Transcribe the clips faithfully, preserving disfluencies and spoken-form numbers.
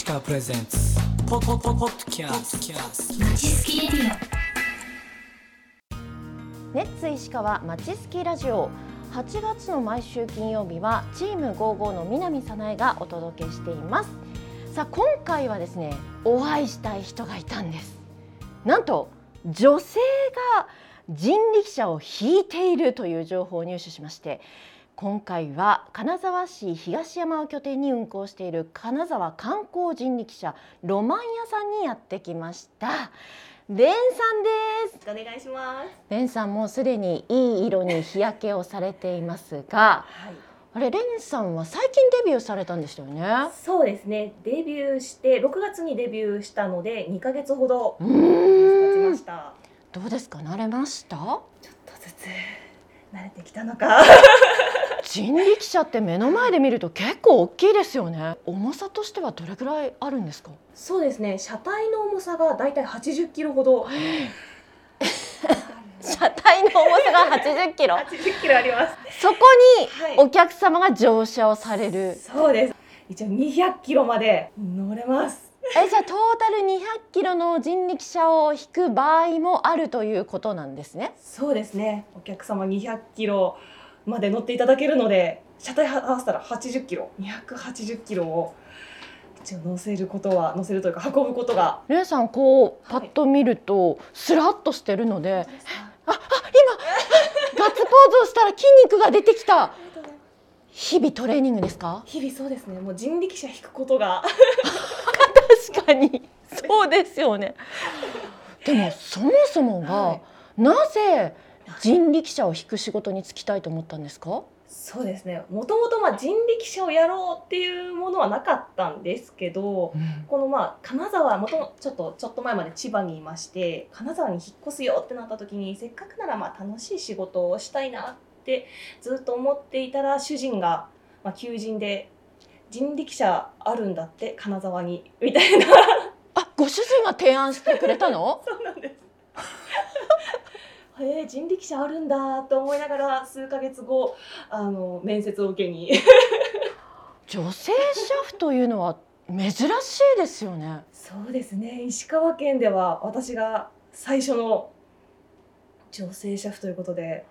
川プレゼンツポポポポッドキャストまちすきレディオ。 ネッツ石川まちすきラジオ。はちがつの毎週金曜日はチームごじゅうごの南早苗がお届けしています。さあ今回はですね、お会いしたい人がいたんです。なんと女性が人力車を引いているという情報を入手しまして、今回は金沢市東山を拠点に運行している金沢観光人力車ロマン屋さんにやってきました。レンさんです。 お願いします。 レンさんもすでにいい色に日焼けをされていますが、はい、あれレンさんは最近デビューされたんでしたよね。 そうですね、デビューしてろくがつにデビューしたのでにかげつほど経ちました。 どうですか、慣れました？ちょっとずつ慣れてきたのか人力車って目の前で見ると結構大きいですよね。重さとしてはどれくらいあるんですか？ そうですね、車体の重さがだいたいはちじゅっキロほど車体の重さがはちじゅっキロはちじゅっキロあります。 そこにお客様が乗車をされる、はい、 そうです。一応にひゃくキロまで乗れます。 えじゃあトータルにひゃくキロの人力車を引く場合もあるということなんですね。 そうですね、お客様にひゃくキロまで乗っていただけるので、車体合わせたらはちじゅっキロ、にひゃくはちじゅっキロを一応乗せることは乗せるというか運ぶことが。 レイさんこうパッと見ると、はい、スラッとしてるので、ああ今ガッツポーズをしたら筋肉が出てきた。日々トレーニングですか？ 日々そうですね、もう人力車引くことが確かにそうですよね。でもそもそもが、はい、なぜ人力車を引く仕事に就きたいと思ったんですか？ そうですね、もともとまあ人力車をやろうっていうものはなかったんですけど、うん、このまあ金沢もともちょっとちょっと前まで千葉にいまして、金沢に引っ越すよってなった時に、せっかくならまあ楽しい仕事をしたいなってずっと思っていたら、主人がまあ求人で人力車あるんだって金沢にみたいなあ、ご主人が提案してくれたの？ そうなんですえー、人力車あるんだと思いながら、数ヶ月後あの面接を受けに女性車夫というのは珍しいですよね。 そうですね、石川県では私が最初の女性車夫ということで、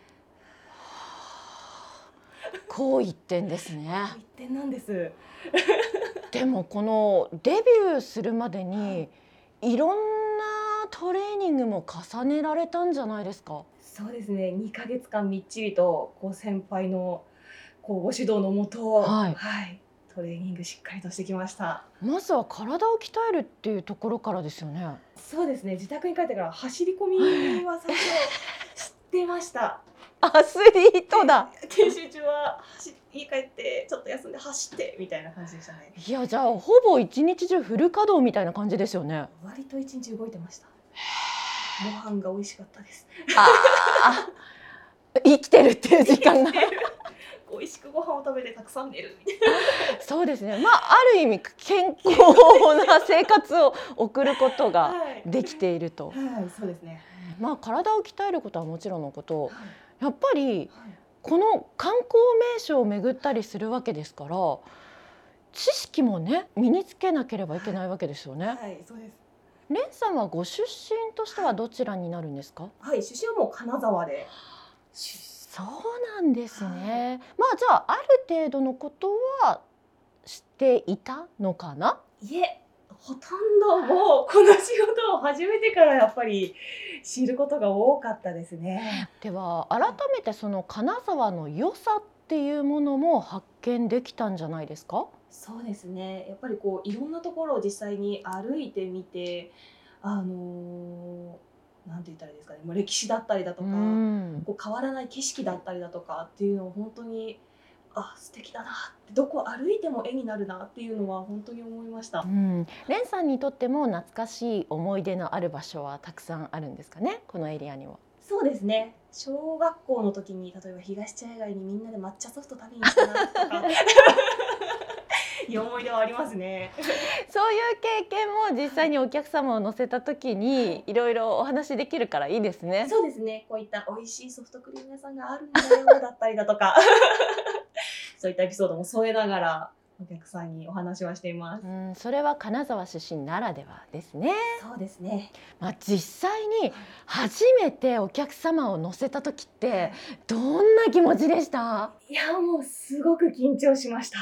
こう一点ですね。 一点なんですでもこのデビューするまでにいろんなトレーニングも重ねられたんじゃないですか？ そうですね、にかげつかんみっちりとこう先輩のこうご指導のもと、はいはい、トレーニングしっかりとしてきました。 まずは体を鍛えるっていうところからですよね。 そうですね、自宅に帰ってから走り込みは最初知ってましたアスリートだ。 研修中は家帰ってちょっと休んで走ってみたいな感じでしたね。 いや、じゃあほぼ一日中フル稼働みたいな感じですよね。 割と一日動いてました。ご飯が美味しかったです。 あ生きてるっていう時間が美味しくご飯を食べてたくさん寝るみたいな。 そうですね、まあある意味健康な生活を送ることができていると、 はいはい、そうですね。 まあ体を鍛えることはもちろんのこと、はい、やっぱりこの観光名所を巡ったりするわけですから、知識もね身につけなければいけないわけですよね。 はい、はい、そうです。 レンさんはご出身としてはどちらになるんですか？ はい、出身はもう金沢で。 そうなんですね。まあじゃあある程度のことは知っていたのかな？ いえ、ほとんどもうこの仕事を始めてからやっぱり知ることが多かったですね。 では改めてその金沢の良さっていうものも発見できたんじゃないですか？ そうですね、やっぱりこういろんなところを実際に歩いてみて、あのー、なんて言ったらいいですかね、もう歴史だったりだとか、こう変わらない景色だったりだとかっていうのを本当にあ素敵だなって、どこ歩いても絵になるなっていうのは本当に思いました。 うん、レンさんにとっても懐かしい思い出のある場所はたくさんあるんですかね、このエリアには。 そうですね、小学校の時に例えば東茶屋街にみんなで抹茶ソフト食べに行ったなとかいう思い出はありますね。 そういう経験も実際にお客様を乗せた時にいろいろお話できるからいいですね。 そうですね、こういった美味しいソフトクリーム屋さんがあるんだよだったりだとかそういったエピソードも添えながらお客さんにお話はしています。 うん、それは金沢出身ならではですね。 そうですね。 まあ、実際に初めてお客様を乗せた時ってどんな気持ちでした？ いやもうすごく緊張しました。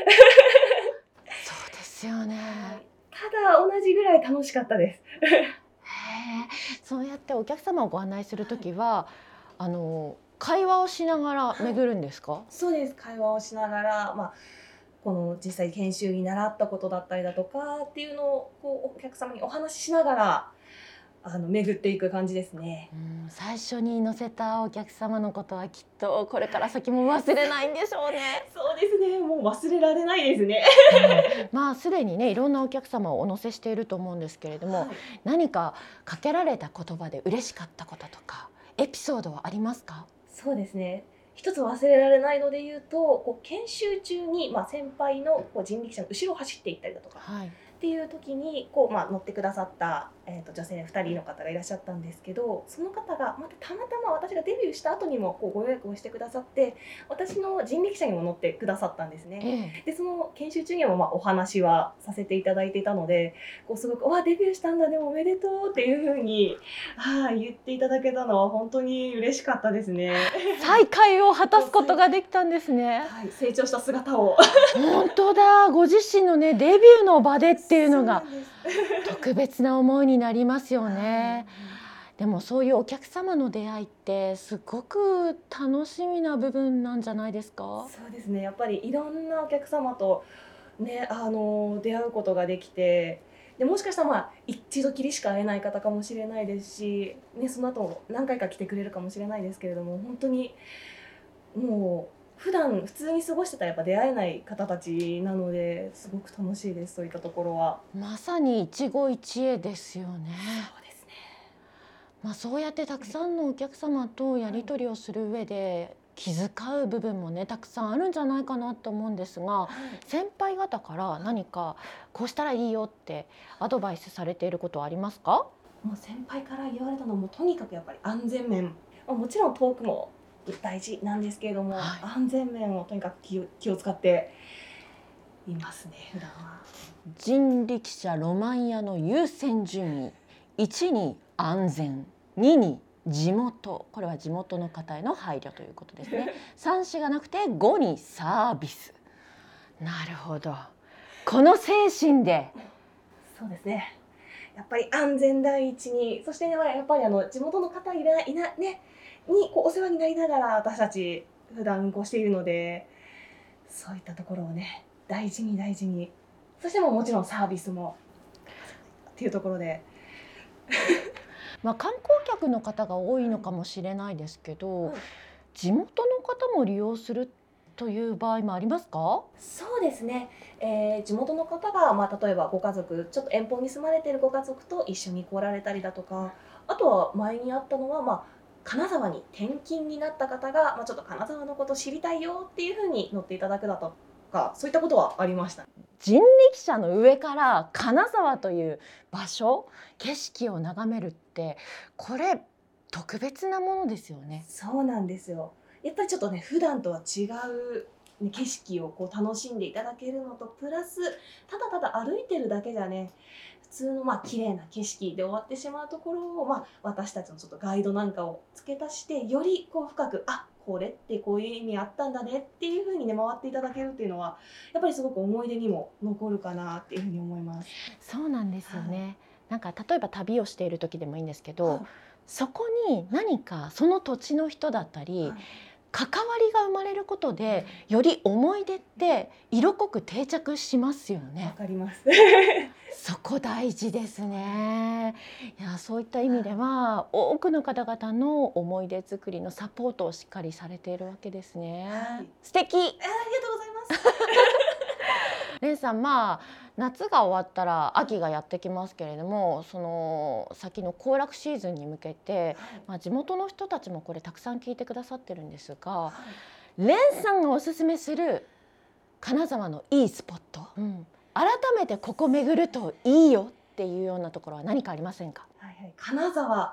そうですよね。 ただ同じぐらい楽しかったです。 へえ、そうやってお客様をご案内する時は、あの会話をしながら巡るんですか？ そうです。会話をしながら、まあ、この実際研修に習ったことだったりだとかっていうのをこうお客様にお話ししながらあの巡っていく感じですね。 うん、最初に乗せたお客様のことはきっとこれから先も忘れないんでしょうね。 そうですね。もう忘れられないですね。 うん、まあすでにねいろんなお客様をお乗せしていると思うんですけれども、 はい、 何かかけられた言葉で嬉しかったこととかエピソードはありますか？ そうですね。一つ忘れられないので言うと、こう研修中に、まあ、先輩のこう人力車の後ろを走っていったりだとかはい、 っていう時にこう、まあ、乗ってくださった、えー、と女性ふたりの方がいらっしゃったんですけど、その方がまたたまたま私がデビューした後にもこうご予約をしてくださって、私の人力車にも乗ってくださったんですね。 ええ、 でその研修中にもまあお話はさせていただいていたので、こうすごく「わデビューしたんだね、おめでとう」っていう風に、はい、言っていただけたのは本当に嬉しかったですね。 再会を果たすことができたんですね。 はい、成長した姿を本当だ、ご自身のねデビューの場でっていうのがそうなんです。 特別な思いになりますよね。 はいでもそういうお客様の出会いってすごく楽しみな部分なんじゃないですか？ そうですね。やっぱりいろんなお客様とね、あの出会うことができて、でもしかしたらまあ一度きりしか会えない方かもしれないですし、ね、その後も何回か来てくれるかもしれないですけれども、本当にもう普段普通に過ごしてたらやっぱ出会えない方たちなのですごく楽しいです。そういったところは。 まさに一期一会ですよね。 そうですね。 まあ、そうやってたくさんのお客様とやり取りをする上で気遣う部分もねたくさんあるんじゃないかなと思うんですが、先輩方から何かこうしたらいいよってアドバイスされていることはありますか？ もう先輩から言われたのもとにかくやっぱり安全面、まあもちろんトークも大事なんですけれども、 はい、 安全面をとにかく気を、気を使っていますね普段は。 人力車ロマン屋の優先順位、いちに安全、にに地元、これは地元の方への配慮ということですね。さん子がなくてごにサービス。なるほど、この精神で。 そうですね。やっぱり安全第一に、そしてね、やっぱりあの地元の方いないなねにこうお世話になりながら私たち普段運行しているので、そういったところをね大事に大事に、そしてももちろんサービスもっていうところで。 まあ、観光客の方が多いのかもしれないですけど、 はい、 地元の方も利用するという場合もありますか？ そうですね、えー地元の方が、まあ、例えばご家族ちょっと遠方に住まれているご家族と一緒に来られたりだとか、あとは前にあったのは、まあ、金沢に転勤になった方が、まあ、ちょっと金沢のこと知りたいよっていうふうに乗っていただくだとか、そういったことはありました。 人力車の上から金沢という場所、景色を眺めるってこれ特別なものですよね。 そうなんですよ。やっぱりちょっとね普段とは違う、ね、景色をこう楽しんでいただけるのとプラス、ただただ歩いてるだけじゃね普通のまあ綺麗な景色で終わってしまうところを、まあ、私たちのちょっとガイドなんかを付け足してよりこう深く、あこれってこういう意味あったんだねっていう風にね回っていただけるっていうのはやっぱりすごく思い出にも残るかなっていうふうに思います。 そうなんですよね。なんか例えば旅をしている時でもいいんですけど、 はいそこに何かその土地の人だったり、 はい関わりが生まれることでより思い出って色濃く定着しますよわね。 かりますそこ大事ですね。いや、そういった意味では多くの方々の思い出作りのサポートをしっかりされているわけですね。 はい素敵。 あありがとうございますレンさん、まあ夏が終わったら秋がやってきますけれども、その先の行楽シーズンに向けて、まあ、地元の人たちもこれたくさん聞いてくださってるんですが、レンさんがおすすめする金沢のいいスポット、うん、改めてここ巡るといいよっていうようなところは何かありませんか？ はいはい、金沢、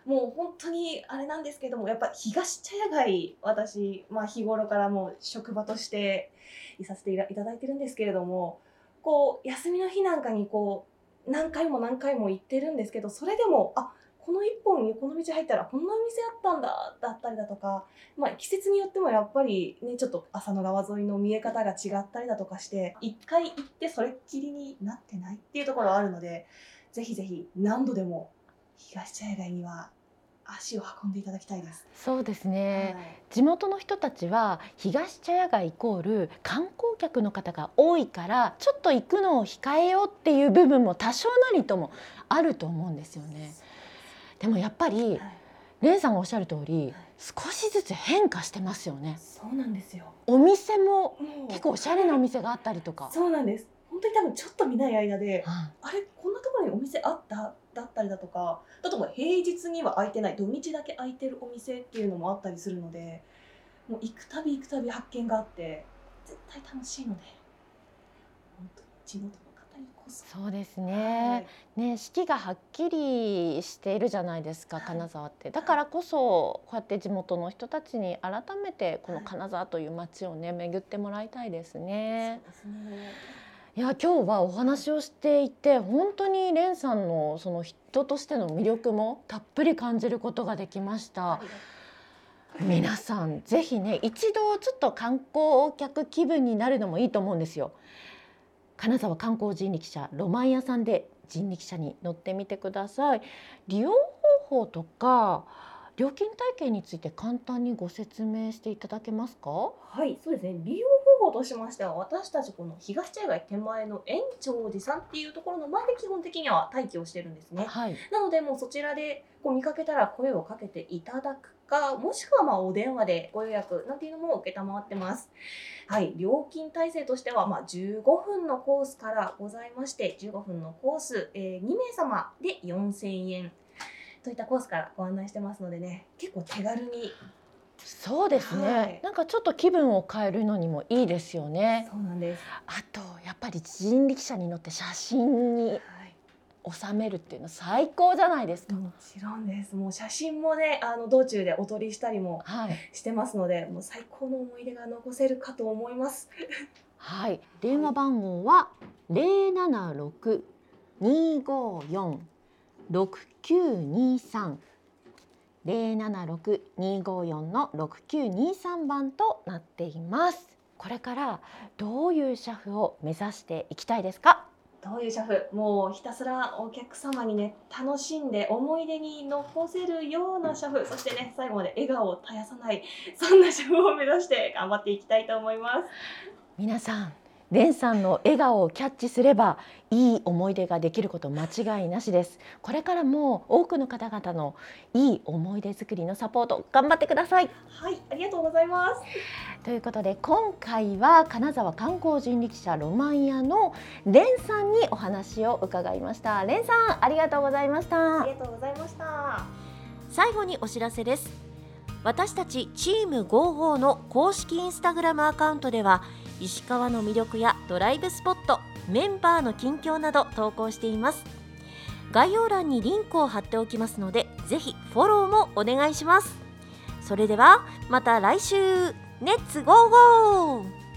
もう本当にあれなんですけども、やっぱ東茶屋街、私、まあ、日頃からもう職場としていさせていただいてるんですけれども、こう休みの日なんかにこう何回も何回も行ってるんですけど、それでもあこの一本にこの道入ったらこんなお店あったんだだったりだとか、まあ、季節によってもやっぱりねちょっと浅野川沿いの見え方が違ったりだとかして一回行ってそれっきりになってないっていうところはあるので、ぜひぜひ何度でも東茶屋街には足を運んでいただきたいです。 そうですね、 はい、 地元の人たちは東茶屋街イコール観光客の方が多いからちょっと行くのを控えようっていう部分も多少なりともあると思うんですよね。でもやっぱり、はい、レンさんがおっしゃる通り、はい、少しずつ変化してますよね。 そうなんですよ。 お店も結構おしゃれなお店があったりとか。 そうなんです。本当に多分ちょっと見ない間で、うん、あれこんなところにお店あっただったりだとか、例えば平日には開いてない土日だけ開いてるお店っていうのもあったりするので、もう行くたび行くたび発見があって絶対楽しいので、本当に地元の方にこそ。 そうですね、はい、ね、四季がはっきりしているじゃないですか、金沢って。だからこそこうやって地元の人たちに改めてこの金沢という街をね巡ってもらいたいですね。 そうですね。 いや、今日はお話をしていて本当にレンさんのその人としての魅力もたっぷり感じることができました。皆さんぜひね一度ちょっと観光客気分になるのもいいと思うんですよ。金沢観光人力車ロマン屋さんで人力車に乗ってみてください。利用方法とか料金体系について簡単にご説明していただけますか？ はい、そうですね。利用方法としましては、私たちこの東茶屋街手前の円長寺さんっていうところの前で基本的には待機をしてるんですね。 はい、 なのでもうそちらでこう見かけたら声をかけていただくか、もしくはまあお電話でご予約なんていうのも承ってます。はい、料金体制としてはまあじゅうごふんのコースからございまして、じゅうごふんのコース、えー、にめいさまでよんせんえんといったコースからご案内してますのでね、結構手軽に。 そうですね、 はい、 なんかちょっと気分を変えるのにもいいですよね。 そうなんです。 あとやっぱり人力車に乗って写真に収めるっていうのは最高じゃないですか。 もちろんです。もう写真もね、あの道中でお撮りしたりもしてますので、はい、もう最高の思い出が残せるかと思います。 はい、電話番号はゼロななろく にーごーよん ろくきゅうにさん ゼロななろく にーごーよん のろくきゅうにさんばんとなっています。これからどういう車夫を目指していきたいですか？ どういう車夫、もうひたすらお客様にね楽しんで思い出に残せるような車夫、そしてね最後まで笑顔を絶やさない、そんな車夫を目指して頑張っていきたいと思います。 皆さん、レンさんの笑顔をキャッチすればいい思い出ができること間違いなしです。これからも多くの方々のいい思い出作りのサポート頑張ってください。 はい、ありがとうございます。 ということで今回は金沢観光人力車ロマン屋のレンさんにお話を伺いました。レンさん、ありがとうございました。 ありがとうございました。 最後にお知らせです。私たちチームごじゅうごの公式インスタグラムアカウントでは石川の魅力やドライブスポット、メンバーの近況など投稿しています。概要欄にリンクを貼っておきますので、ぜひフォローもお願いします。それではまた来週、レッツゴーゴー。